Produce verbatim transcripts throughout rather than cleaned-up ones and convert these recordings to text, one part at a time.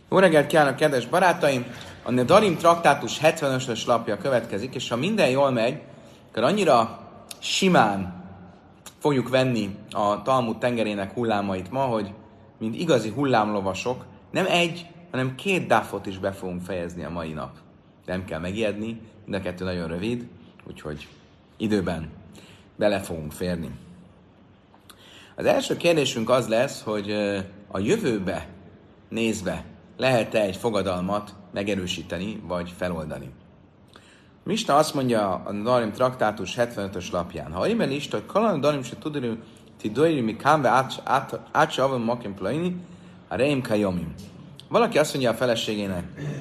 Jó reggelt kívánok, kedves barátaim! A Nedarim traktátus hetvenötös lapja következik, és ha minden jól megy, akkor annyira simán fogjuk venni a Talmud tengerének hullámait ma, hogy mint igazi hullámlovasok, nem egy, hanem két dáfot is be fogunk fejezni a mai nap. Nem kell megijedni, mind a kettő nagyon rövid, úgyhogy időben bele fogunk férni. Az első kérdésünk az lesz, hogy a jövőbe nézve lehet-e egy fogadalmat megerősíteni, vagy feloldani. Misna azt mondja a Nedarim traktátus hetvenötös lapján, ha imen is, hogy kalan Nedarim se tudni, ti dojri mi kámbe átse avon makim plaini, a reim kajomim. Valaki azt mondja a feleségének,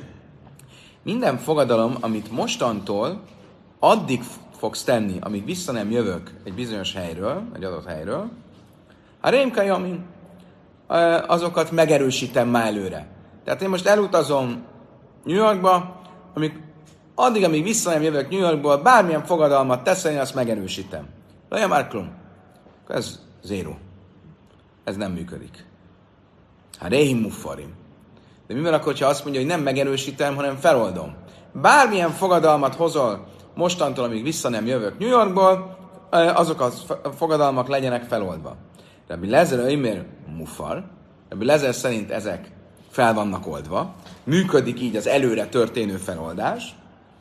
minden fogadalom, amit mostantól addig fogsz tenni, amíg vissza nem jövök egy bizonyos helyről, egy adott helyről, a reim kajomim, azokat megerősítem már előre. Tehát én most elutazom New Yorkba, amíg, addig, amíg vissza nem jövök New Yorkból, bármilyen fogadalmat teszel, én azt megerősítem. Laja már klum. Ez zéro. Ez nem működik. Hát réhim muffarim. De mi van akkor, ha azt mondja, hogy nem megerősítem, hanem feloldom? Bármilyen fogadalmat hozol mostantól, amíg vissza nem jövök New Yorkból, azok a fogadalmak legyenek feloldva. Rabbi Lezer öimér muffar. Rabbi Lezer szerint ezek fel vannak oldva. Működik így az előre történő feloldás.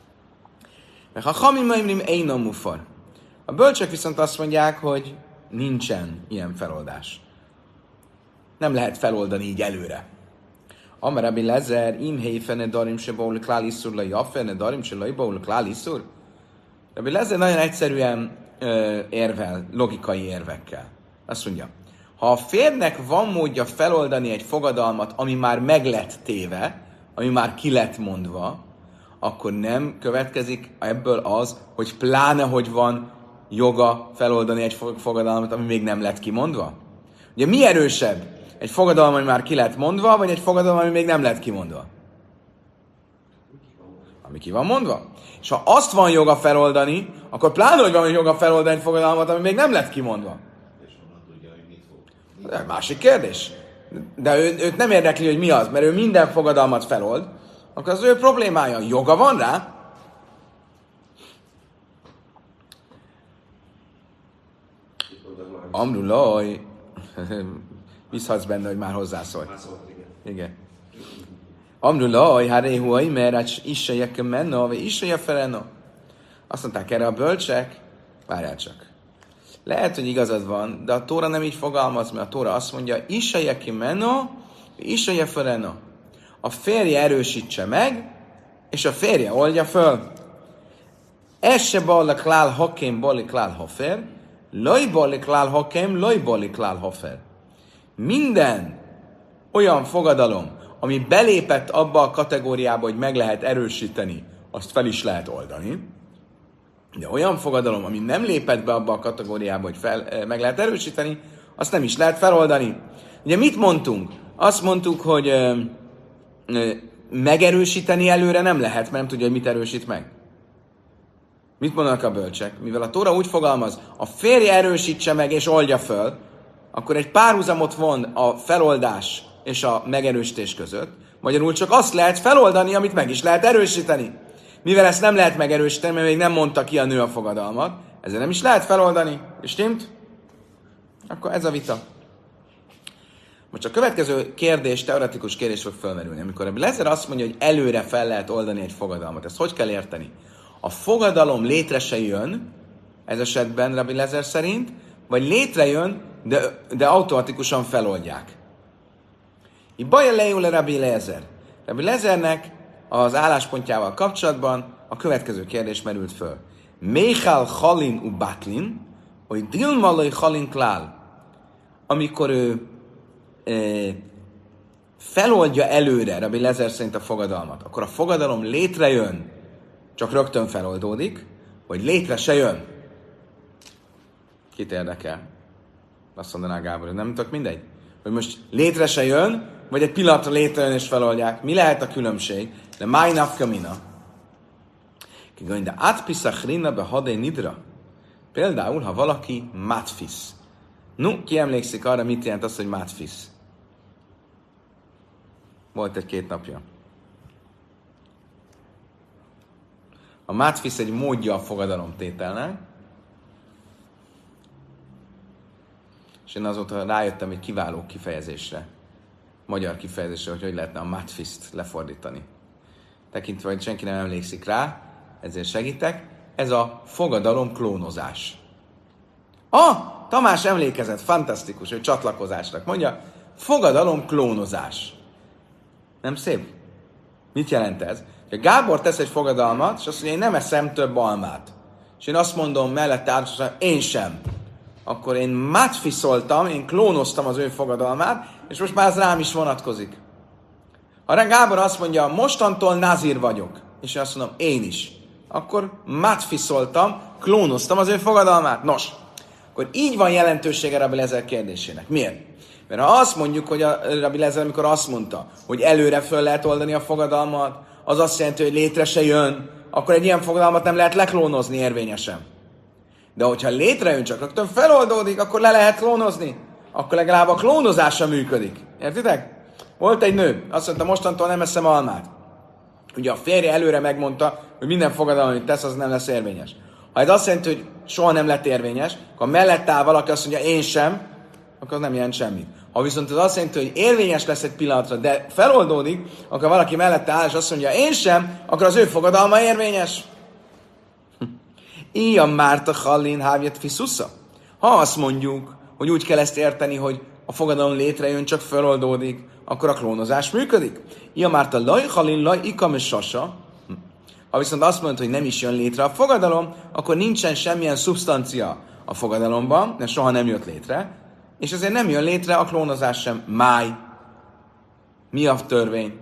Ha hamim maimrim einom muffar. A bölcsök viszont azt mondják, hogy nincsen ilyen feloldás. Nem lehet feloldani így előre. Amar Rabbi Lezer im heife nedarim se baul klál iszur la jafe nedarim se la baul klál iszur. Rabbi Lezer nagyon egyszerűen ö, érvel, logikai érvekkel. Azt mondja, ha a férnek van módja feloldani egy fogadalmat, ami már meg lett téve, ami már ki lett mondva, akkor nem következik ebből az, hogy pláne, hogy van joga feloldani egy fogadalmat, ami még nem lett kimondva? Ugye mi erősebb? Egy fogadalom, ami már ki lett mondva, vagy egy fogadalom, ami még nem lett kimondva? Ami ki van mondva. És ha azt van joga feloldani, akkor pláne, hogy van joga feloldani egy fogadalmat, ami még nem lett kimondva. De másik kérdés. De ő, őt nem érdekli, hogy mi az, mert ő minden fogadalmat felold, akkor az ő problémája. Joga van rá? Amrulaj. Bízhatsz benne, hogy már hozzászólj. Igen. Amrulaj, hát réhuai, mert is se jöjjön menno, vagy is se jöjjön felenno. Azt mondták erre a bölcsek, várjál csak. Lehet, hogy igazad van, de a Tóra nem így fogalmaz, mert a Tóra azt mondja, Isaiah kimeno, Isaiah feleno. A férje erősítse meg, és a férje oldja föl. Ez se balla klál hakem, bali klál hafer, loj bali klál hakem, loj bali klál hafer. Minden olyan fogadalom, ami belépett abba a kategóriába, hogy meg lehet erősíteni, azt fel is lehet oldani. De olyan fogadalom, ami nem lépett be abba a kategóriába, hogy fel, meg lehet erősíteni, azt nem is lehet feloldani. Ugye mit mondtunk? Azt mondtuk, hogy ö, ö, megerősíteni előre nem lehet, mert nem tudja, hogy mit erősít meg. Mit mondanak a bölcsek? Mivel a Tóra úgy fogalmaz, a férje erősítse meg és oldja föl, akkor egy párhuzamot von a feloldás és a megerősítés között. Magyarul csak azt lehet feloldani, amit meg is lehet erősíteni. Mivel ezt nem lehet megerősíteni, mert még nem mondta ki a nő a fogadalmat, ezzel nem is lehet feloldani. És stimmt? Akkor ez a vita. Most a következő kérdés, teoretikus kérdés fog felmerülni. Amikor Rabbi Lezer azt mondja, hogy előre fel lehet oldani egy fogadalmat, ezt hogy kell érteni? A fogadalom létre se jön, ez esetben Rabbi Lezer szerint, vagy létrejön, de, de automatikusan feloldják. Ibaja lejule Rabbi Lezer. Rabbi Lezernek az álláspontjával kapcsolatban a következő kérdés merült föl. Méhál halin u batlin, hogy dilmalai halin klál. Amikor ő e, feloldja előre, Rabbi Lezer szerint a fogadalmat, akkor a fogadalom létrejön, csak rögtön feloldódik, vagy létre se jön. Kit érdekel? Azt mondaná Gábor, hogy nem tök mindegy. Hogy most létre se jön, vagy egy pillanatra létrejön és feloldják. Mi lehet a különbség? De máj nafkamina. De átpiszachrina be hadé nidra. Például, ha valaki mátfisz. No, ki emlékszik arra, mit jelent az, hogy mátfisz? Volt egy-két napja. A mátfisz egy módja a fogadalomtételnek, és én azóta rájöttem egy kiváló kifejezésre, magyar kifejezésre, hogy hogy lehetne a mátfiszt lefordítani. Tekintve, hogy senki nem emlékszik rá, ezért segítek. Ez a fogadalom klónozás. Ah, Tamás emlékezett, fantasztikus, hogy csatlakozásnak mondja, fogadalom klónozás. Nem szép? Mit jelent ez? Ha Gábor tesz egy fogadalmat, és azt mondja, én nem eszem több almát. És én azt mondom mellette ártosan, én sem. Akkor én mátfiszoltam, én klónoztam az ő fogadalmát, és most már ez rám is vonatkozik. Ha Gábor azt mondja, mostantól nazír vagyok, és én azt mondom, én is, akkor mátfiszoltam, klónoztam az ő fogadalmát. Nos, akkor így van jelentősége Rabbi Lezer kérdésének. Miért? Mert ha azt mondjuk, hogy a Rabbi Lezer, amikor azt mondta, hogy előre föl lehet oldani a fogadalmat, az azt jelenti, hogy létre se jön, akkor egy ilyen fogadalmat nem lehet leklónozni érvényesen. De hogyha létrejön, csak rögtön feloldódik, akkor le lehet klónozni. Akkor legalább a klónozása működik. Értitek? Volt egy nő, azt mondta, mostantól nem eszem almát. Ugye a férje előre megmondta, hogy minden fogadalom, amit tesz, az nem lesz érvényes. Ha ez azt jelenti, hogy soha nem lett érvényes, akkor mellett áll valaki, azt mondja, én sem, akkor az nem jelent semmit. Ha viszont ez azt jelenti, hogy érvényes lesz egy pillanatra, de feloldódik, akkor valaki mellette áll, és azt mondja, én sem, akkor az ő fogadalma érvényes. Ilyen Márta Hallin Hávjet Fiszusza. Ha azt mondjuk, hogy úgy kell ezt érteni, hogy a fogadalom létrejön, csak feloldódik, akkor a klónozás működik. Ilyen Márta Laj Hallin Laj Ikam és Sasa. Ha viszont azt mondod, hogy nem is jön létre a fogadalom, akkor nincsen semmilyen szubstancia a fogadalomban, mert soha nem jött létre, és ezért nem jön létre a klónozás sem. Máj. Mi a törvény?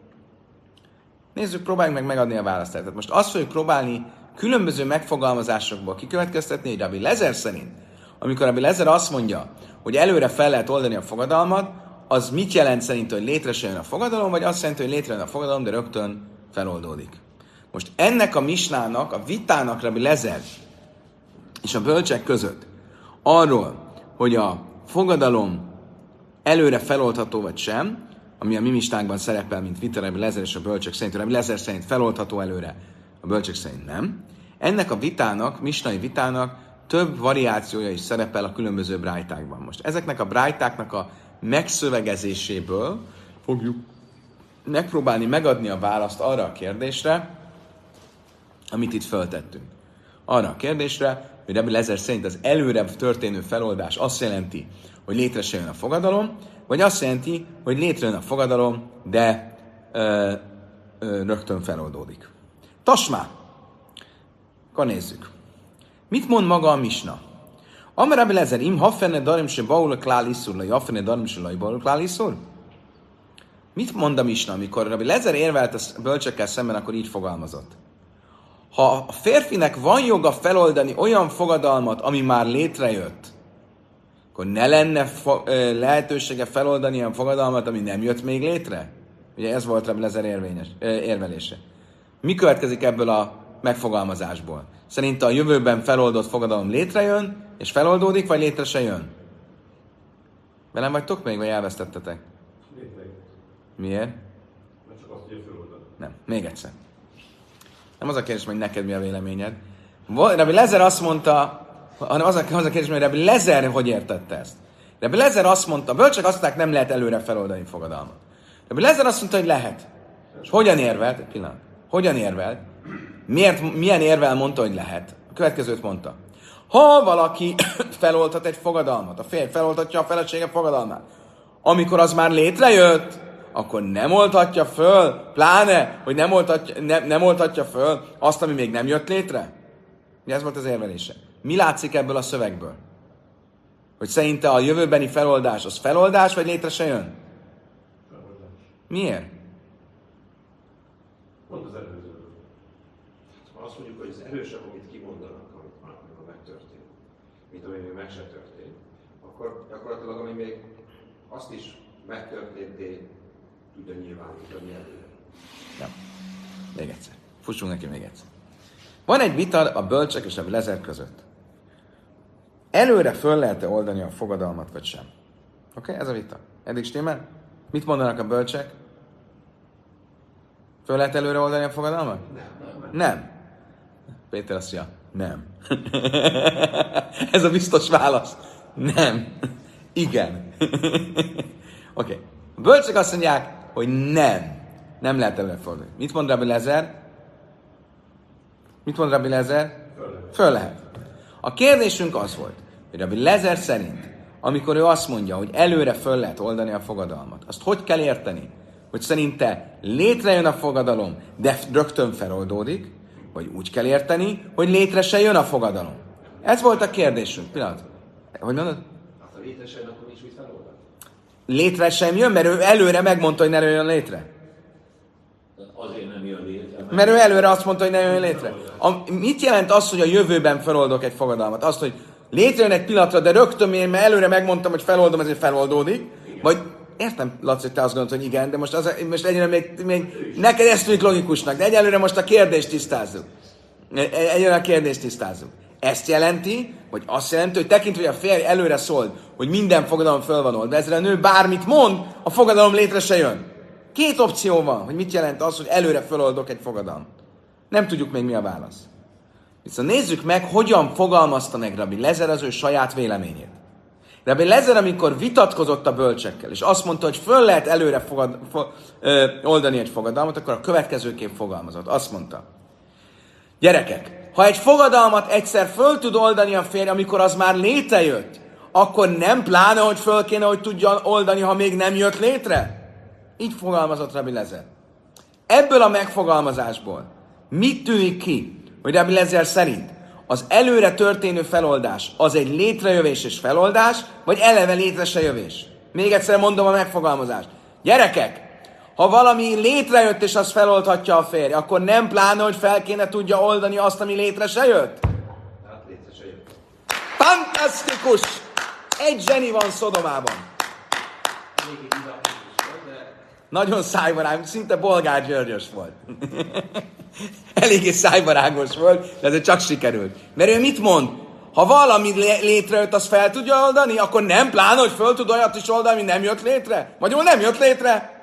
Nézzük, próbáljuk meg megadni a választ. Tehát most azt fogjuk próbálni különböző megfogalmazásokból kikövetkeztetni, hogy Rabbi Lezer szerint, amikor Rabbi Lezer azt mondja, hogy előre fel lehet oldani a fogadalmat, az mit jelent szerint, hogy létre se jön a fogadalom, vagy azt jelenti, hogy létre jön a fogadalom, de rögtön feloldódik. Most ennek a misnának, a vitának Rabbi Lezer és a bölcsek között arról, hogy a fogadalom előre feloldható vagy sem, ami a mi misnánkban szerepel, mint vita Rabbi Lezer és a bölcsek szerint, Rabbi Lezer szerint feloldható előre, a bölcsek szerint nem. Ennek a vitának, misnai vitának több variációja is szerepel a különböző brájtákban. Most ezeknek a brájtáknak a megszövegezéséből fogjuk megpróbálni megadni a választ arra a kérdésre, amit itt föltettünk. Arra a kérdésre, hogy Rabbi Lezer szerint az előre történő feloldás azt jelenti, hogy létre se jön a fogadalom, vagy azt jelenti, hogy létrejön a fogadalom, de ö, ö, rögtön feloldódik. Tasmá! Akkor nézzük. Mit mond maga a misna? Amar Rabbi Lezer, im hafene darim se baul klál iszur, la hafene darim se laj baul klál iszur? Mit mond a misna, amikor Rabbi Lezer érvelt a bölcsekkel szemben, akkor így fogalmazott. Ha a férfinek van joga feloldani olyan fogadalmat, ami már létrejött, akkor ne lenne fo- lehetősége feloldani olyan fogadalmat, ami nem jött még létre? Ugye ez volt Rabbi Lezer érvényes, érvelése. Mi következik ebből a megfogalmazásból? Szerint a jövőben feloldott fogadalom létrejön, és feloldódik, vagy létre se jön? Velem vagytok még, vagy elvesztettetek? Létrejön. Miért? Mert csak azt, hogy feloldani. Nem, még egyszer. Nem az a kérdés, hogy neked mi a véleményed. Rabbi Lezer azt mondta, hanem az a, az a kérdés, hogy Rabbi Lezer hogy értette ezt. Rabbi Lezer azt mondta, a bölcsek azt mondták, nem lehet előre feloldani fogadalmat. Rabbi Lezer azt mondta, hogy lehet. És hogyan érvelt? Egy pillanat. Hogyan érvelt? Miért, milyen érvel mondta, hogy lehet? A következőt mondta. Ha valaki feloldhat egy fogadalmat, a férj feloldhatja a felesége fogadalmát, amikor az már létrejött, akkor nem oldhatja föl, pláne, hogy nem oldhatja, ne, nem oldhatja föl azt, ami még nem jött létre? Ugye ez volt az érvelése. Mi látszik ebből a szövegből? Hogy szerinte a jövőbeni feloldás az feloldás, vagy létre se jön? Feloldás. Miért? Pont az előző. Ha azt mondjuk, hogy az erősebb, amit kimondanak, amit már amikor megtörtént, mint ami még meg se történt, akkor gyakorlatilag, ami még azt is megtörténté tudja nyilvánítani előre. Ja. Még egyszer. Fussunk neki még egyszer. Van egy vita a bölcsek és a Lezer között. Előre föl lehet-e oldani a fogadalmat, vagy sem? Oké, okay? Ez a vita. Eddig stimmel? Mit mondanak a bölcsek? Föl lehet előre oldani a fogadalmat? Nem, nem. Nem. Péter azt mondja, nem. Ez a biztos válasz. Nem. Igen. Oké. Okay. A bölcsek azt mondják, hogy nem. Nem lehet előre fordulni. Mit mond Rabbi Lezer? Mit mond Rabbi Lezer? Föl lehet. Föl lehet. A kérdésünk az volt, hogy Rabbi Lezer szerint, amikor ő azt mondja, hogy előre föl lehet oldani a fogadalmat, azt hogy kell érteni? Hogy szerinte létrejön a fogadalom, de rögtön feloldódik, vagy úgy kell érteni, hogy létre se jön a fogadalom. Ez volt a kérdésünk. Pillanat. Hogy mondod? Hát ha létre sem, akkor nincs mit feloldani. Létre sem jön, mert ő előre megmondta, hogy ne jön létre. Azért nem jön létre. Mert ő előre azt mondta, hogy ne jön létre. A, mit jelent az, hogy a jövőben feloldok egy fogadalmat? Azt, hogy létrejön egy pillanatra, de rögtön én, mert előre megmondtam, hogy feloldom, ezért feloldódik. Igen. Vagy értem, Laci, hogy te azt gondolod, hogy igen, de most, az, most egyelőre még, még neked ezt tűnik logikusnak, de egyelőre most a kérdést tisztázzuk. Egyelőre a kérdést tisztázzuk. Ezt jelenti, vagy azt jelenti, hogy tekintve, hogy a férj előre szól, hogy minden fogadalom föl van oldva, ezzel a nő bármit mond, a fogadalom létre se jön. Két opció van, hogy mit jelent az, hogy előre föloldok egy fogadalmat. Nem tudjuk még mi a válasz. Viszont nézzük meg, hogyan fogalmazta meg Rabbi Lezer az ő saját véleményét. Rabbi Lezer, amikor vitatkozott a bölcsekkel, és azt mondta, hogy föl lehet előre fogad, fo, ö, oldani egy fogadalmat, akkor a következőképp fogalmazott. Azt mondta, gyerekek, ha egy fogadalmat egyszer föl tud oldani a férj, amikor az már létrejött, akkor nem pláne, hogy föl kéne, hogy tudja oldani, ha még nem jött létre? Így fogalmazott Rabbi Lezer. Ebből a megfogalmazásból mit tűnik ki, hogy Rabbi Lezer szerint az előre történő feloldás az egy létrejövés és feloldás, vagy eleve létre se jövés? Még egyszer mondom a megfogalmazást. Gyerekek, ha valami létrejött és az feloldhatja a férj, akkor nem pláne, hogy fel kéne tudja oldani azt, ami létre se jött? Hát létre se jött. Fantasztikus! Egy zseni van Szodomában. Eléggé didaktikus volt, de Nagyon szájbarágos, szinte Bolgár Györgyös volt. Eléggé szájbarágos volt, de ez csak sikerült. Mert ő mit mond? Ha valami létrejött, az fel tudja oldani, akkor nem pláne, hogy föl tud olyat is oldani, ami nem jött létre? Magyarul nem jött létre?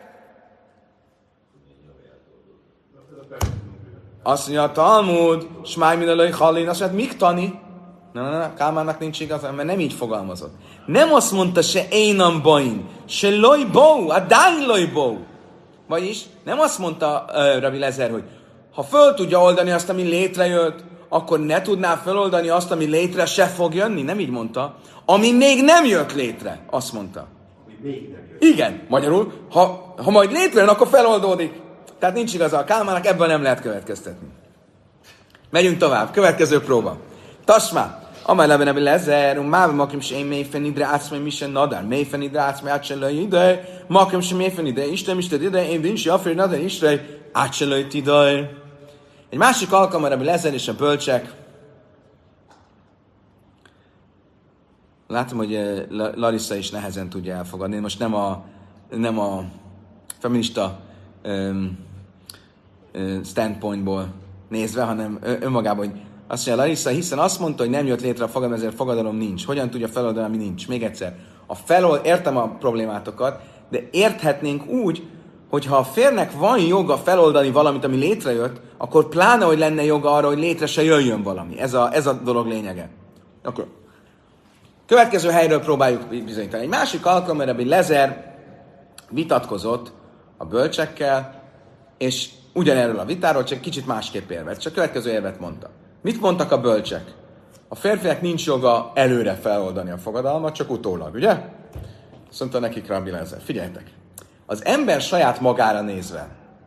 Azt mondja a Talmud, Smáj minelői Halin, azt mondja, mik tani? Na, na, na, Kálmánnak nincs igaz, mert nem így fogalmazott. Nem azt mondta se énam bain, se loj bó, a dány loj bó. Vagyis nem azt mondta uh, Rabbi Lezer, hogy ha föl tudja oldani azt, ami létrejött, akkor ne tudná föloldani azt, ami létre se fog jönni. Nem így mondta. Ami még nem jött létre, azt mondta. hogy még nem jött. Igen, magyarul, ha, ha majd létrejön, akkor feloldódik. Tehát nincs igaza a Kálmának, ebből nem lehet következtetni. Megyünk tovább. Következő próba. Tasmá. Amely leben Rabbi Lezer, um máve makim se én mélyfen idre átszmai misen nadár. Mélyfen idre átszmai átselői ide. Makim se mélyfen ide. Isten, Isten ide. Én vinci afér nadár istre átselői ide. Egy másik alkalommal Rabbi Lezer és a bölcsek. Látom, hogy Larissa is nehezen tudja elfogadni. Most nem a, nem a feminista um, uh, standpointból nézve, hanem önmagában, hogy azt mondja Larissa, hiszen azt mondta, hogy nem jött létre a fogadalom, ezért fogadalom nincs. Hogyan tudja feloldani, ami nincs? Még egyszer. A felold, értem a problémátokat, de érthetnénk úgy, hogy ha a férnek van joga feloldani valamit, ami létrejött, akkor pláne, hogy lenne joga arra, hogy létre se jöjjön valami. Ez a, ez a dolog lényege. Akkor következő helyről próbáljuk bizonyítani. Egy másik alkalommal Rabbi Lezer vitatkozott a bölcsekkel, és ugyanerről a vitáról, csak kicsit másképp érvet. Csak a következő érvet mondta. Mit mondtak a bölcsek? A férfinek nincs joga előre feloldani a fogadalmat, csak utólag, ugye? Azt mondta nekik Rabbi Lezer. Figyeljetek! Az ember saját magára nézve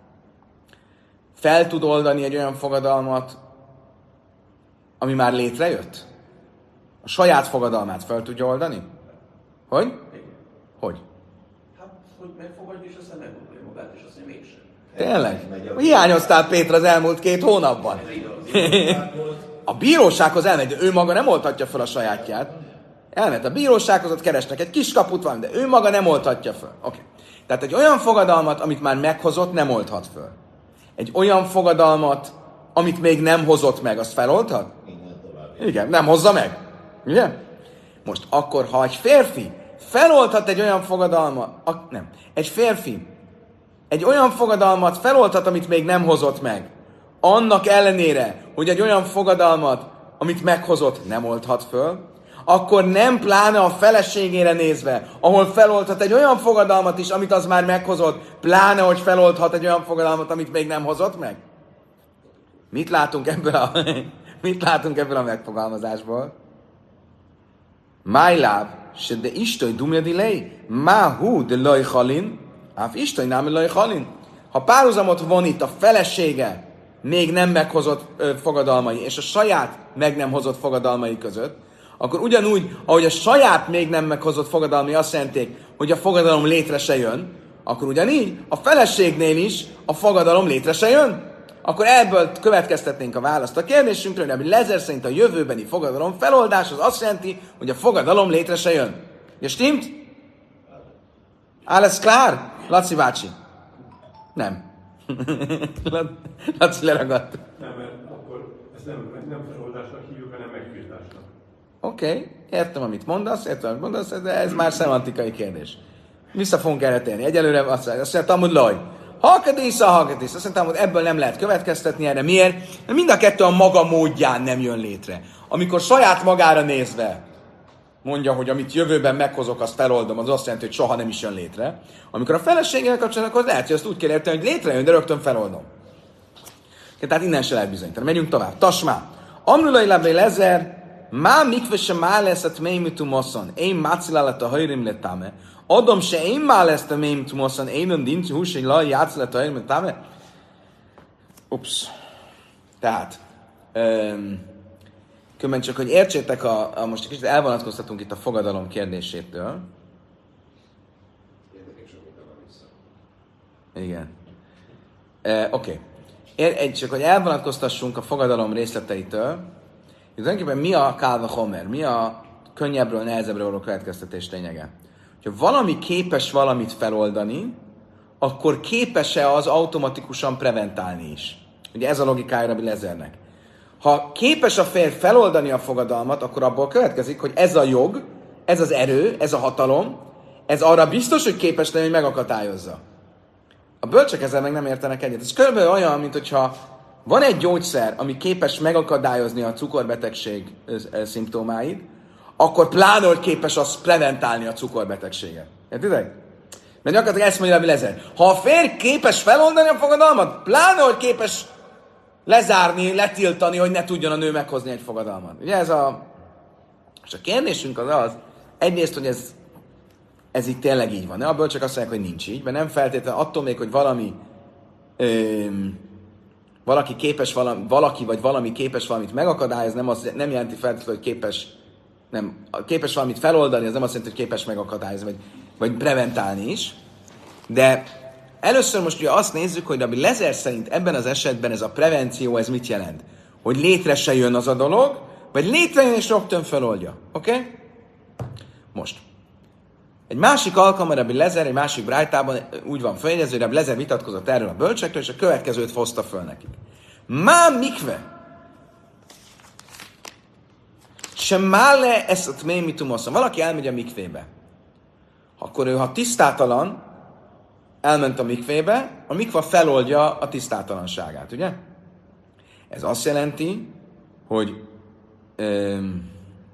fel tud oldani egy olyan fogadalmat, ami már létrejött? A saját fogadalmát fel tudja oldani? Hogy? Hogy? Hát, hogy megfogadja, és aztán meggondolja magát, és aztán mégsem. Tényleg? Hiányoztál Péter az elmúlt két hónapban. A bírósághoz elmegy, de ő maga nem oldhatja fel a sajátját. Elment a bírósághoz, ott keresnek egy kis kaput van, de ő maga nem oldhatja fel. Oké. Okay. Tehát egy olyan fogadalmat, amit már meghozott, nem oldhat föl. Egy olyan fogadalmat, amit még nem hozott meg, azt feloldhat? Igen, nem hozza meg. Ugye? Most akkor, ha egy férfi feloldhat egy olyan fogadalmat, a, nem, egy férfi egy olyan fogadalmat feloldhat, amit még nem hozott meg. Annak ellenére, hogy egy olyan fogadalmat, amit meghozott, nem oldhat föl, akkor nem pláne a feleségére nézve, ahol feloldhat egy olyan fogadalmat is, amit az már meghozott, pláne, hogy feloldhat egy olyan fogadalmat, amit még nem hozott meg? Mit látunk ebből a, mit látunk ebből a megfogalmazásból? Májláb, se de istoj dumja dilei, máhú de laj halin, áf istoj námi laj halin. Ha párhuzamot von itt a felesége még nem meghozott ö, fogadalmai, és a saját meg nem hozott fogadalmai között, akkor ugyanúgy, ahogy a saját még nem meghozott fogadalmi azt jelenték, hogy a fogadalom létre se jön, akkor ugyanígy a feleségnél is a fogadalom létre se jön. Akkor ebből következtetnénk a választ a kérdésünkre, hogy Lezer szerint a jövőbeni fogadalom feloldás az azt jelenti, hogy a fogadalom létre se jön. Ja, stimmt? Alles klar? Laci bácsi? Nem. Laci leragadt. Nem, mert akkor ezt nem, nem feloldásnak hívjuk, hanem megtiltásnak. Oké, okay, értem, amit mondasz, értem, amit mondasz, de ez már szemantikai kérdés. Vissza fogunk erre térni. Egyelőre azt, azt mondtam, hogy laj. Hakadisza, hakadisza. Azt mondtam, hogy ebből nem lehet következtetni erre. Miért? Mert mind a kettő a maga módján nem jön létre. Amikor saját magára nézve mondja, hogy amit jövőben meghozok, azt feloldom, az azt jelenti, hogy soha nem is jön létre. Amikor a feleséggel kapcsolatban, akkor lehet, hogy azt úgy kell érteni, hogy létrejön, de rögtön feloldom. Tehát innen se lehet bizonyítani. Megyünk tovább. Tasmá. Amrulai Rabbi Lezer, má mikve se má lesz a tméimitu moszon, én mácilálat a hajrim letame, adom se én má lesz a tméimitu moszon, én ön dincs hús, egy laj játszilat a hajrim letame. Ups. Tehát, um, különben csak, hogy értsétek, a, a, most egy kicsit elvonatkoztatunk itt a fogadalom kérdésétől. Igen. Uh, Oké. Okay. Csak, hogy elvonatkoztassunk a fogadalom részleteitől, tulajdonképpen mi a kálva homer? Mi a könnyebbről, nehezebbről való következtetés lényege? Ha valami képes valamit feloldani, akkor képes-e az automatikusan preventálni is? Ugye ez a logikája Rabbi Lezernek. Ha képes a férj feloldani a fogadalmat, akkor abból következik, hogy ez a jog, ez az erő, ez a hatalom, ez arra biztos, hogy képes lenni, hogy megakadályozza. A bölcsek ezzel meg nem értenek egyet. Ez körülbelül olyan, mint hogyha van egy gyógyszer, ami képes megakadályozni a cukorbetegség szimptomáid, akkor pláne, hogy képes az preventálni a cukorbetegséget. Értitek? Mert gyakorlatilag ezt mondja Rabbi Lezer. Ha a férj képes feloldani a fogadalmat, pláne, hogy képes lezárni, letiltani, hogy ne tudjon a nő meghozni egy fogadalmat. Ugye ez a... És a kérdésünk az az, egyrészt, hogy ez, ez itt tényleg így van. Ne? A bölcsek azt mondják, hogy nincs így, mert nem feltétlenül attól még, hogy valami... Öm, valaki képes valami, valaki vagy valami képes valamit megakadályozni, nem, az, nem jelenti feltétlenül, hogy képes, nem, képes valamit feloldani, az nem azt jelenti, hogy képes megakadályozni, vagy, vagy preventálni is. De először most ugye azt nézzük, hogy Rabbi Lezer szerint ebben az esetben ez a prevenció, ez mit jelent? Hogy létre se jön az a dolog, vagy létrejön és rögtön feloldja. Oké? Okay? Most. Egy másik alkalommal Rabbi Lezer, egy másik brájtában úgy van feljegyezve, hogy Rabbi Lezer vitatkozott erről a bölcsekről, és a következőt hozta föl nekik. Má mikve? Sem mále ezt a tméimitumosza. Valaki elmegy a mikvébe. Akkor ő, ha tisztátalan, elment a mikvébe, a mikva feloldja a tisztátalanságát, ugye? Ez azt jelenti, hogy öm,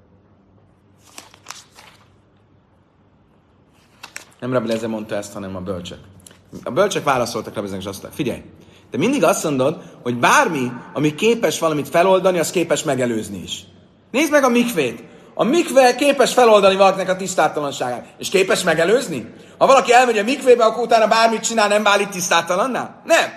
nem Rabbi Lezer mondta ezt, hanem a bölcsek. A bölcsek válaszoltak Rabbi Lezernek, és azt mondták, figyelj, de mindig azt mondod, hogy bármi, ami képes valamit feloldani, az képes megelőzni is. Nézd meg a mikvét. A mikve képes feloldani valakinek a tisztátalanságát. És képes megelőzni? Ha valaki elmegy a mikvébe, akkor utána bármit csinál, nem válik tisztátalanná? Nem.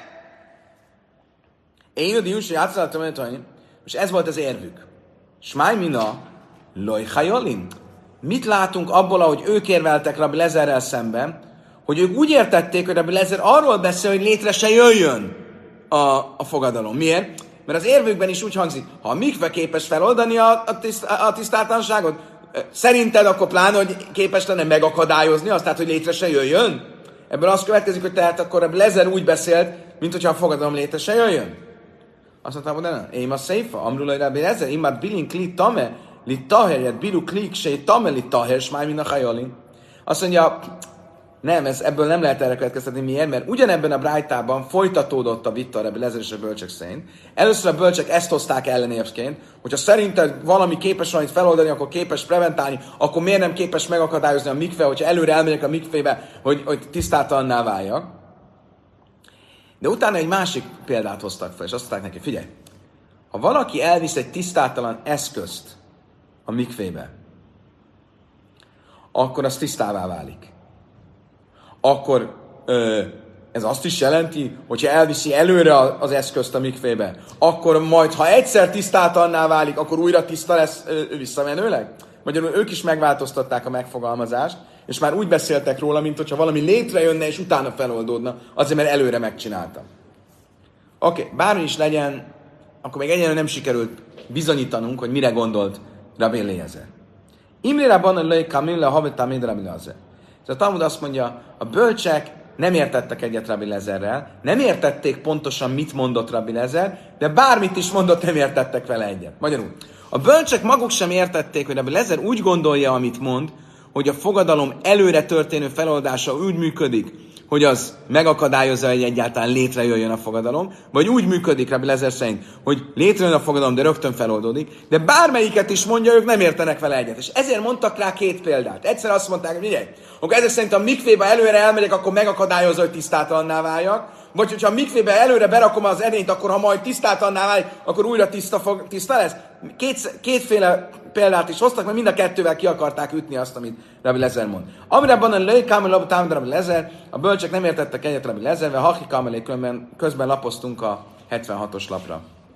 Én jödi Jussi átszállattam, és ez volt az érvük. Smáj mina, loj hajolin. Mit látunk abból, ahogy ők érveltek Rabbi Lezerrel szemben, hogy ők úgy értették, hogy Rabbi Lezer arról beszél, hogy létre se jöjjön a, a fogadalom. Miért? Mert az érvükben is úgy hangzik, ha a mikve képes feloldani a, a, tiszt, a tisztátalanságot, szerinted akkor pláne, hogy képes lenne megakadályozni azt, tehát, hogy létre se jöjjön? Ebből az következik, hogy tehát akkor Rabbi Lezer úgy beszélt, mint hogyha a fogadalom létre se jöjjön. Azt mondtam, hogy nem, én a széfa, amrulai Rabbi Lezer, imad bilin kli tame, li taher, jed biru klik, se tame li taher, smáj min a hajolin. Azt mondja, Nem, ez, ebből nem lehet erre következtetni. Miért? Mert ugyanebben a brájtában folytatódott a vita a Rabbi Lezer és a bölcsek szerint. Először a bölcsek ezt hozták ellenérvként, hogyha szerinted valami képes valamit feloldani, akkor képes preventálni, akkor miért nem képes megakadályozni a mikve, hogyha előre elmegyek a mikvébe, hogy, hogy tisztátalanná váljak. De utána egy másik példát hoztak fel, és azt mondták neki, figyelj, ha valaki elvisz egy tisztátalan eszközt a mikvébe, akkor az tisztává válik. Akkor ö, ez azt is jelenti, hogyha elviszi előre az eszközt a mikvébe, akkor majd, ha egyszer tisztátalanná válik, akkor újra tiszta lesz ö, visszamenőleg? Magyarul ők is megváltoztatták a megfogalmazást, és már úgy beszéltek róla, mint hogyha valami létrejönne, és utána feloldódna, azért, mert előre megcsináltam. Oké, okay, bármi is legyen, akkor még egyenlően nem sikerült bizonyítanunk, hogy mire gondolt Rabbi Eliezer. Imre Rabban a lej kamille havetá mind Rabbi Eliezer. A Talmud azt mondja, a bölcsek nem értettek egyet Rabbi Elezerrel, nem értették pontosan, mit mondott Rabbi Elezer, de bármit is mondott, nem értettek vele egyet. Magyarul, a bölcsek maguk sem értették, hogy Rabbi Elezer úgy gondolja, amit mond, hogy a fogadalom előre történő feloldása úgy működik, hogy az megakadályozza, hogy egyáltalán létrejöjjön a fogadalom, vagy úgy működik Rabbi Elezer szerint, hogy létrejön a fogadalom, de rögtön feloldódik, de bármelyiket is mondja, ők nem értenek vele egyet. És ezért mondtak rá két példát. Egyszer azt mondták, hogy figyelj, akkor ezek szerint a mikvébe előre elmegyek, akkor megakadályozza, hogy tisztátalanná váljak, vagy hogyha a mikvébe előre berakom az edényt, akkor ha majd tisztátalanná válik, akkor újra tiszta, fog, tiszta lesz. Két, kétféle példát is hoztak, mert mind a kettővel ki akarták ütni azt, amit Rabbi Elezer mond. Amire abban a lőkámel támad Rabbi Elezer, a bölcsek nem értettek egyet Rabbi Elezervel, haki kamelé közben lapoztunk a hetvenhatos lapra.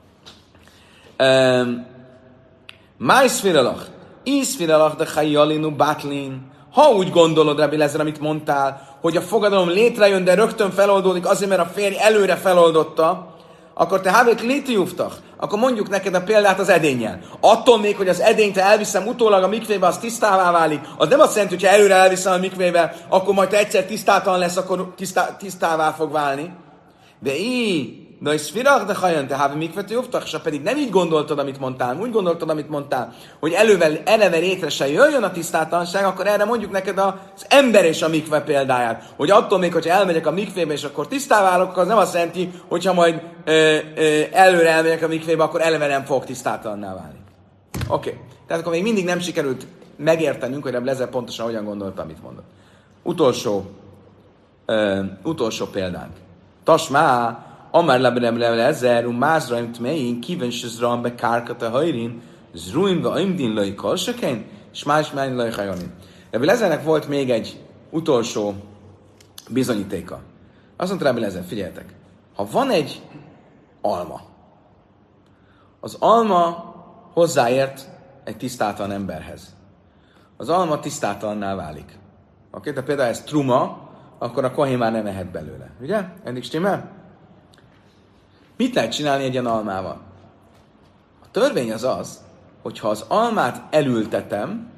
Májsz firalach, íz firalach, de hajjalinu batlin. Ha úgy gondolod, Rabbi Elezer, amit mondtál, hogy a fogadalom létrejön, de rögtön feloldódik azért, mert a férj előre feloldotta, akkor te hávék létiúftach, akkor mondjuk neked a példát az edénnyel. Attól még, hogy az edényt elviszem utólag a mikvébe, az tisztává válik, az nem azt jelenti, hogy ha előre elviszem a mikvébe, akkor majd ha egyszer tisztátalan lesz, akkor tisztá, tisztává fog válni. De így, de is firach, de hajan, te hávi mikvető jóftach, és pedig nem így gondoltad, amit mondtál, úgy gondoltad, amit mondtál, hogy elővel, eleve létre se jöjjön a tisztátalanság, akkor erre mondjuk neked az ember és a mikve példáját. Hogy attól még, hogyha elmegyek a mikvébe, és akkor tisztává válok, az nem azt jelenti, hogyha majd ö, ö, előre elmegyek a mikvébe, akkor eleve nem fog tisztátalanná válni. Oké. Okay. Tehát akkor még mindig nem sikerült megértenünk, hogy Rabbi Elezer pontosan hogyan gondolta, amit mondott. Utolsó, ö, utolsó példánk. Tasmá, Amár Rabbi Elezer, um mázraim tmein, kiven se zram be kárkat a hajrin, zruim ve aimdin laj kalsakén, és más mány laj hajonin. Rabbi Elezernek volt még egy utolsó bizonyítéka. Azt mondta Rabbi Elezer, figyeljetek, ha van egy alma, az alma hozzáért egy tisztátalan emberhez. Az alma tisztátalanná válik. Oké, de például ez truma, akkor a kohén már nem ehet belőle. Ugye? Eddig stimmel? Mit lehet csinálni egy ilyen almával? A törvény az az, hogy ha az almát elültetem,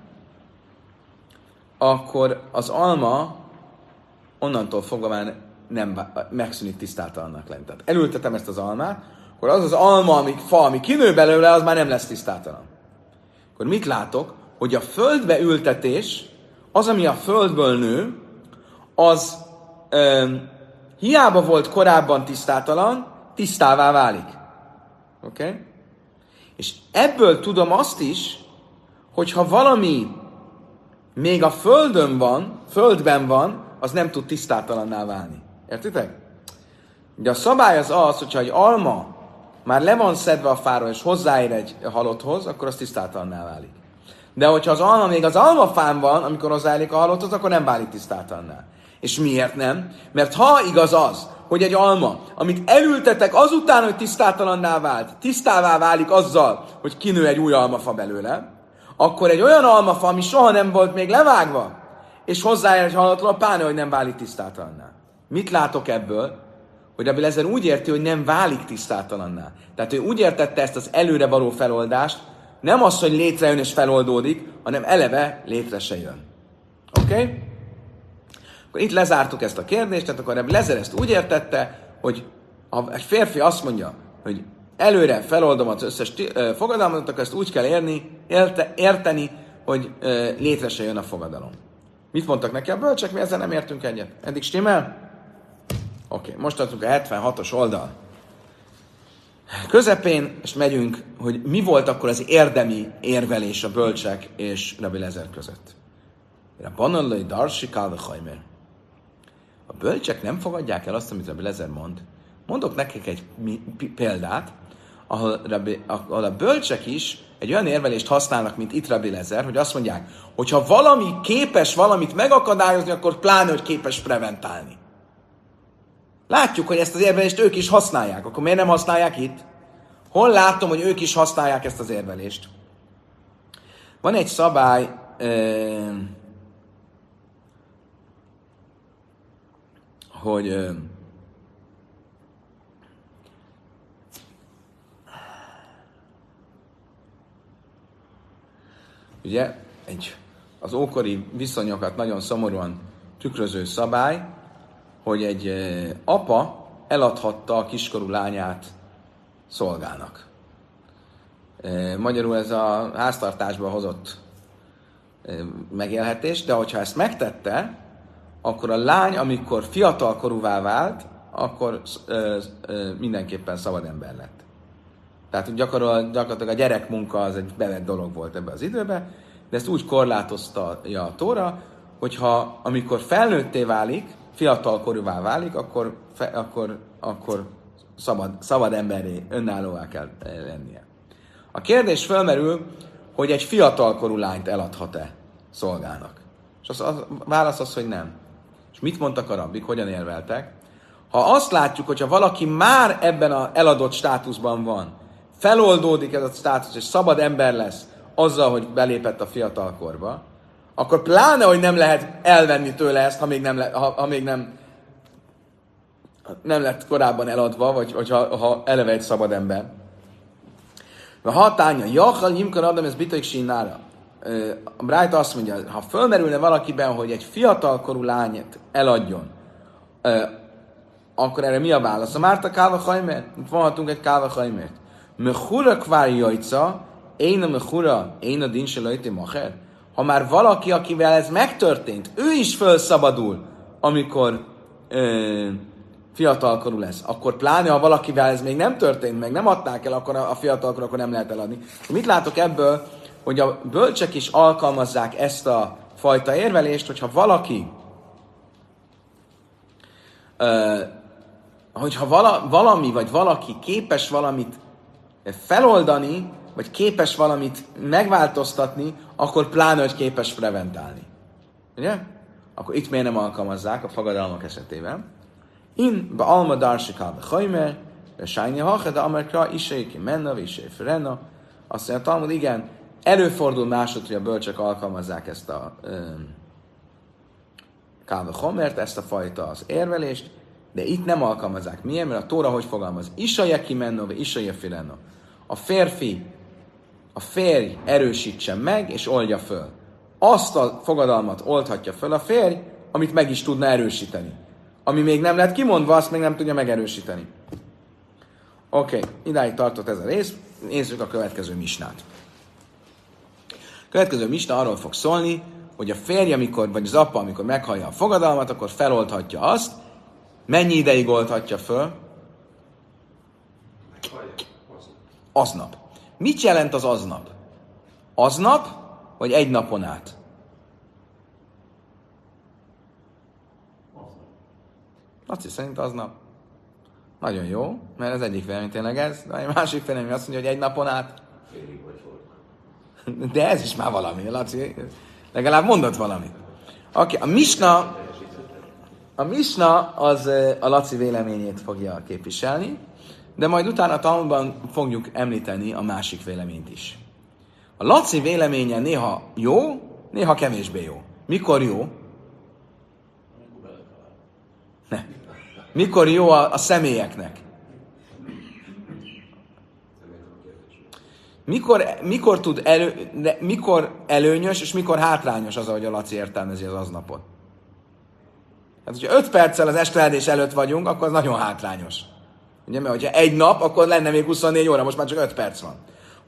akkor az alma onnantól fogva már nem megszűnik tisztátalannak lenni. Tehát elültetem ezt az almát, akkor az az alma, ami, fa, ami kinő belőle, az már nem lesz tisztátalan. Akkor mit látok? Hogy a földbe ültetés, az, ami a földből nő, az ö, hiába volt korábban tisztátalan, tisztává válik. Oké? Okay? És ebből tudom azt is, hogy ha valami még a földön van, földben van, az nem tud tisztátalanná válni. Értitek? Ugye a szabály az az, hogyha egy alma már le van szedve a fáról, és hozzáér egy halotthoz, akkor az tisztátalanná válik. De hogyha az alma még az almafán van, amikor hozzáérik a halotthoz, akkor nem válik tisztátalanná. És miért nem? Mert ha igaz az, hogy egy alma, amit elültetek azután, hogy tisztátalanná vált, tisztává válik azzal, hogy kinő egy új almafa belőle, akkor egy olyan almafa, ami soha nem volt még levágva, és hozzáér egy halottról, pláne, hogy nem válik tisztátalanná. Mit látok ebből? Hogy Rabbi Elezer úgy érti, hogy nem válik tisztátalanná. Tehát ő úgy értette ezt az előre való feloldást, nem az, hogy létrejön és feloldódik, hanem eleve létre se jön. Oké? Okay? Akkor itt lezártuk ezt a kérdést, tehát akkor Rabbi Elezer ezt úgy értette, hogy ha egy férfi azt mondja, hogy előre feloldom az összes fogadalmat, akkor ezt úgy kell érni, érte, érteni, hogy létre se jön a fogadalom. Mit mondtak neki a bölcsek? Mi ezzel nem értünk egyet. Eddig stimmel? Oké, okay, most tartunk a hetvenhatos oldal közepén, és megyünk, hogy mi volt akkor az érdemi érvelés a bölcsek és Rabbi Lezer között. Rabbanallai darsi kálvechajmer. A bölcsek nem fogadják el azt, amit Rabbi Lezer mond. Mondok nekik egy példát, ahol, Rabbi, ahol a bölcsek is egy olyan érvelést használnak, mint itt Rabbi Lezer, hogy azt mondják, hogy ha valami képes valamit megakadályozni, akkor pláne, hogy képes preventálni. Látjuk, hogy ezt az érvelést ők is használják. Akkor miért nem használják itt? Hol látom, hogy ők is használják ezt az érvelést? Van egy szabály, eh, hogy eh, ugye egy, az ókori viszonyokat nagyon szomorúan tükröző szabály, hogy egy apa eladhatta a kiskorú lányát szolgának. Magyarul ez a háztartásba hozott megélhetés, de hogyha ezt megtette, akkor a lány, amikor fiatalkorúvá vált, akkor mindenképpen szabad ember lett. Tehát gyakorlatilag a gyerekmunka az egy bevett dolog volt ebbe az időbe, de ezt úgy korlátozta a Tóra, hogyha amikor felnőtté válik, fiatalkorúvá válik, akkor, fe, akkor, akkor szabad, szabad emberré, önállóvá kell lennie. A kérdés felmerül, hogy egy fiatalkorú lányt eladhat-e szolgának. És az, az, válasz az, hogy nem. És mit mondtak a rabbik, hogyan érveltek? Ha azt látjuk, hogyha valaki már ebben az eladott státuszban van, feloldódik ez a státusz, és szabad ember lesz azzal, hogy belépett a fiatalkorba, akkor pláne, hogy nem lehet elvenni tőle ezt, ha még nem, le, ha, ha még nem, nem lett korábban eladva, vagy, vagy ha, ha eleve egy szabad ember. A hatánya, jachal himkar adom, ez bitaik sínára. A Brájta azt mondja, ha fölmerülne valakiben, hogy egy fiatalkorú lányet eladjon, akkor erre mi a válasz? A Márta kálva hajmert? Itt vonhatunk egy kálva hajmert. Mechura kvár jajca, én a mechura, én a dinse lajti macher. Ha már valaki, akivel ez megtörtént, ő is felszabadul, amikor ö, fiatalkorú lesz, akkor pláne, ha valakivel ez még nem történt, meg nem adták el, akkor a fiatalkorú, akkor nem lehet eladni. Mit látok ebből, hogy a bölcsek is alkalmazzák ezt a fajta érvelést, hogyha valaki, ö, hogyha vala, valami vagy valaki képes valamit feloldani, vagy képes valamit megváltoztatni, akkor pláne, hogy képes preventálni. Ugye? Akkor itt miért nem alkalmazzák a fogadalmak esetében? In be alma darsikál be hajmer, be sájni hache, de amerkra isei ki menna, ve isei ferenna. Azt mondja, Talmud, igen, előfordul másod, hogy a bölcsek alkalmazzák ezt a um, kálve homert, ezt a fajta az érvelést, de itt nem alkalmazzák. Miért? Mert a Tóra hogy fogalmaz? Isai ki menna, ve isei ferenna. A férfi a férj erősítse meg, és oldja föl. Azt a fogadalmat oldhatja föl a férj, amit meg is tudna erősíteni. Ami még nem lett kimondva, azt még nem tudja megerősíteni. Oké, okay, idáig tartott ez a rész. Nézzük a következő misnát. A következő misna arról fog szólni, hogy a férj, amikor, vagy az apa, amikor meghallja a fogadalmat, akkor feloldhatja azt. Mennyi ideig oldhatja föl? Aznap. Mit jelent az aznap? Aznap, vagy egy napon át? Laci szerint aznap. Nagyon jó, mert az egyik vélemény tényleg ez, de a másik vélemény azt mondja, hogy egy napon át. Félig vagy volt. De ez is már valami, Laci. Legalább mondott valamit. Oké, okay, a misna, a misna az a Laci véleményét fogja képviselni, de majd utána a Talmudban fogjuk említeni a másik véleményt is. A Laci véleménye néha jó, néha kevésbé jó. Mikor jó? Ne. Mikor jó a, a személyeknek? Mikor, mikor, tud elő, de mikor előnyös, és mikor hátrányos az, ahogy a Laci értelmezi az aznapot? Hát, hogyha öt perccel az esteledés előtt vagyunk, akkor az nagyon hátrányos. Ugye, mert hogyha egy nap, akkor lenne még huszonnégy óra, most már csak öt perc van.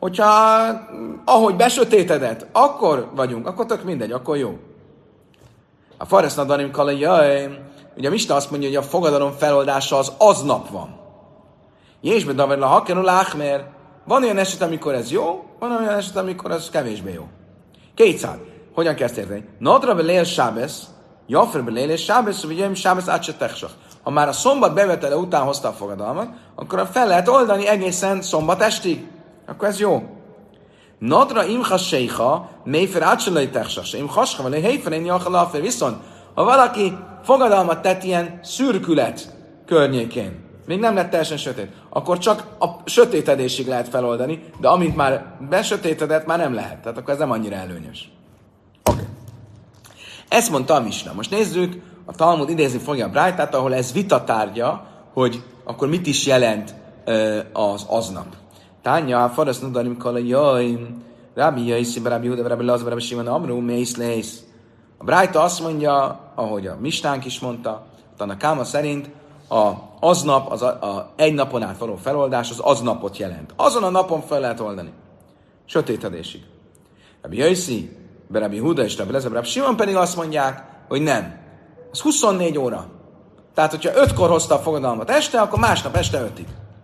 Hogyha ahogy besötétedett, akkor vagyunk, akkor tök mindegy, akkor jó. A Faresz Nadarim Kala, jaj, ugye a Misna azt mondja, hogy a fogadalom feloldása az aznap van. Jésbe David a Hakerul Áhmer. Van olyan eset, amikor ez jó, van olyan eset, amikor ez kevésbé jó. Kétszáz. Hogyan kezd érteni? Nadra be lél sábesz, jafr be lél sábesz, vagy jöjjön sábesz átse techsak. Ha már a szombat bevetele után hozta a fogadalmat, akkor fel lehet oldani egészen szombat estig. Akkor ez jó. Nadra imha sejha, méfer átselai techsak. Imhasha, vagy héfer, én jachalafer. Viszont, ha valaki fogadalmat tett ilyen szürkület környékén, még nem lett teljesen sötét, akkor csak a sötétedésig lehet feloldani, de amint már besötétedett, már nem lehet. Tehát akkor ez nem annyira előnyös. Oké. Okay. Ezt mondta a Misna. Most nézzük, a Talmud idézni fogja a Brájtát, ahol ez vitatárgya, hogy akkor mit is jelent uh, az aznap. Tánya, Farasz Nadarim Kala, jaj, Rabbi Jaiszi, Rabbi Huda, Rabbi Lazar, Rabbi Simon, Amru, Mész, Lész. A Brájta azt mondja, ahogy a Misnánk is mondta, a Káma szerint a aznap, az a, a egy napon át való feloldás, az aznapot jelent. Azon a napon fel lehet oldani. Sötétedésig. Rabbi Jaiszi, Rabbi Huda és Rabbi Lazar, Rabbi Simon pedig azt mondják, hogy nem. Az huszonnégy óra. Tehát, hogyha ötkor hozta a fogadalmat este, akkor másnap este ötig.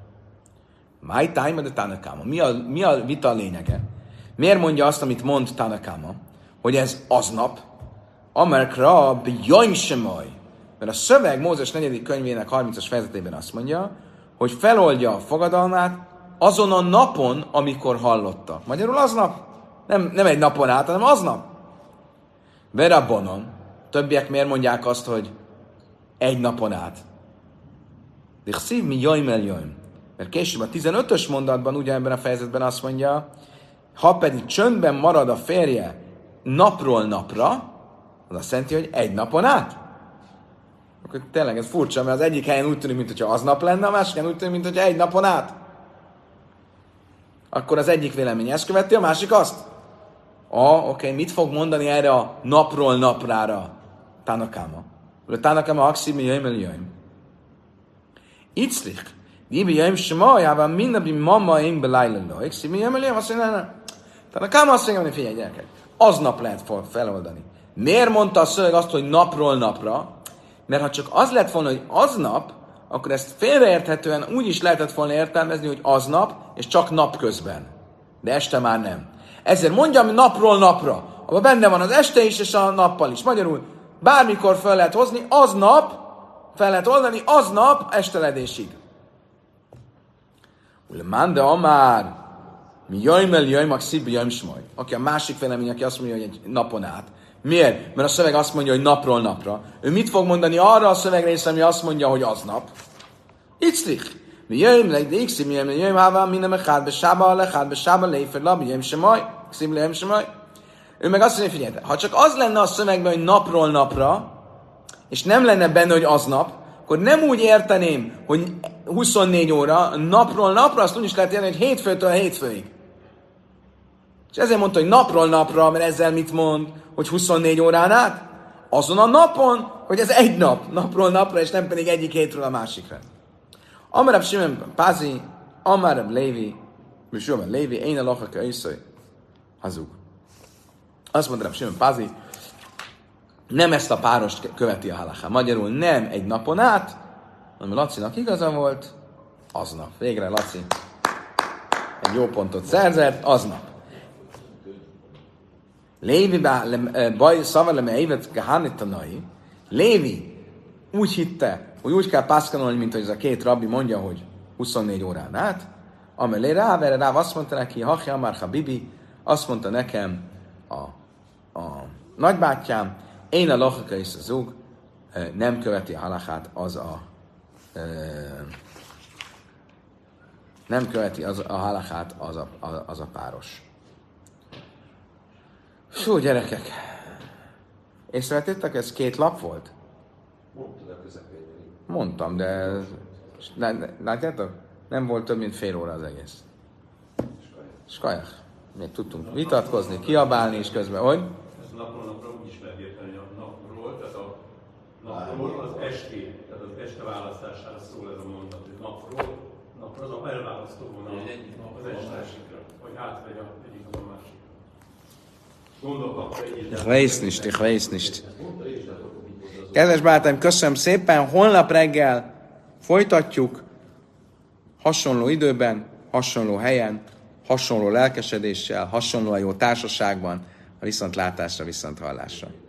My time de Tanakáma. Mi a, mi a vita lényege? Miért mondja azt, amit mond Tanakáma, hogy ez aznap? Amerkra b'jajm semaj. Mert a szöveg Mózes negyedik könyvének harmincas fejezetében azt mondja, hogy feloldja a fogadalmát azon a napon, amikor hallotta. Magyarul aznap. Nem, nem egy napon át, hanem aznap. Verabbonon. Többiek miért mondják azt, hogy egy napon át? De szív mi jajm el jajm. Mert később a tizenötös mondatban, ugye ebben a fejezetben azt mondja, ha pedig csöndben marad a férje napról napra, az azt jelenti, hogy egy napon át. Akkor tényleg ez furcsa, mert az egyik helyen úgy tűnik, mintha aznap lenne, a másik helyen úgy tűnik, mintha egy napon át. Akkor az egyik vélemény ezt követi, a másik azt. Ah, oké, okay, mit fog mondani erre a napról naprára Tanakáma? A Tanakáma akszim, jöjjön, jöjjön. Itzlich. Dibi jöjjön, semajában mindabi mama én belájlelő. Akszim, jöjjön, jöjjön, azt mondja, Tanakáma azt mondja, hogy figyelj, gyerekek, aznap lehet feloldani. Miért mondta a szöveg azt, hogy napról napra? Mert ha csak az lett volna, hogy aznap, akkor ezt félreérthetően úgy is lehetett volna értelmezni, hogy aznap, és csak napközben. De este már nem. Ezért mondjam napról napra. Abban benne van az este is, és a nappal is. Magyarul bármikor fel lehet hozni, aznap, fel lehet oldani, aznap esteledésig. Mande amár, mi jöjjmel jöjjm, a szívbe jöjjm smaj. Aki a másik vélemény, aki azt mondja, hogy egy napon át. Miért? Mert a szöveg azt mondja, hogy napról napra. Ő mit fog mondani arra a szövegrészre, ami azt mondja, hogy aznap? Itzlich. Mi jöjjm, de ixi, mi jöjjm, jöjjm, hává, minden mechár, besába, lechár, besába, léfer, lab, jöjjm, semaj, xim, jöjjm, semaj. Ő meg azt mondja, figyelj, ha csak az lenne a szövegben, hogy napról napra, és nem lenne benne, hogy aznap, akkor nem úgy érteném, hogy huszonnégy óra, napról napra, azt úgy is lehet érteni, hogy hétfőtől hétfőig. És ezért mondta, hogy napról napra, mert ezzel mit mond, hogy huszonnégy órán át? Azon a napon, hogy ez egy nap, napról napra, és nem pedig egyik hétről a másikra. Amarab Simon Pázi, Amarab Lévi, Műsőben Lévi, én a lachaka iszaj, hazug. Azt mondta Simon Pázi, nem ezt a párost követi a halaká. Magyarul nem egy napon át, hanem Lacinak igaza volt, aznap. Végre Laci egy jó pontot szerzett, aznap. Lévi baj szavalem eivet gehanitanai. Lévi úgy hitte, hogy úgy kell pászkanolni, mint hogy ez a két rabbi mondja, hogy huszonnégy órán át. Amelé rá, vele rá azt mondta neki, hachi amár habibi, azt mondta nekem a, a nagybátyám, én a lachaka is a zug, nem követi a halachát, az a nem követi az a halachát, az a, az a páros. Fú, gyerekek! Észrevettétek, ez két lap volt? Mondtad a közepén. Mondtam, de látjátok? Nem volt több, mint fél óra az egész. Skajach. Még tudtunk vitatkozni, kiabálni is közben. Hogy? Ez napról napra úgy is lehet érteni, hogy a napról, tehát a napról az esté, tehát az este választására szól ez a mondat, hogy napról, napról az a elválasztó vonal az estásikra, vagy átvegy a egyik a másikra. gondolkodta így. Ich weiß nicht, ich weiß nicht. Kedves barátaim, köszönöm szépen. Holnap reggel folytatjuk. Hasonló időben, hasonló helyen, hasonló lelkesedéssel, hasonló jó társaságban, a viszontlátásra, viszonthallásra.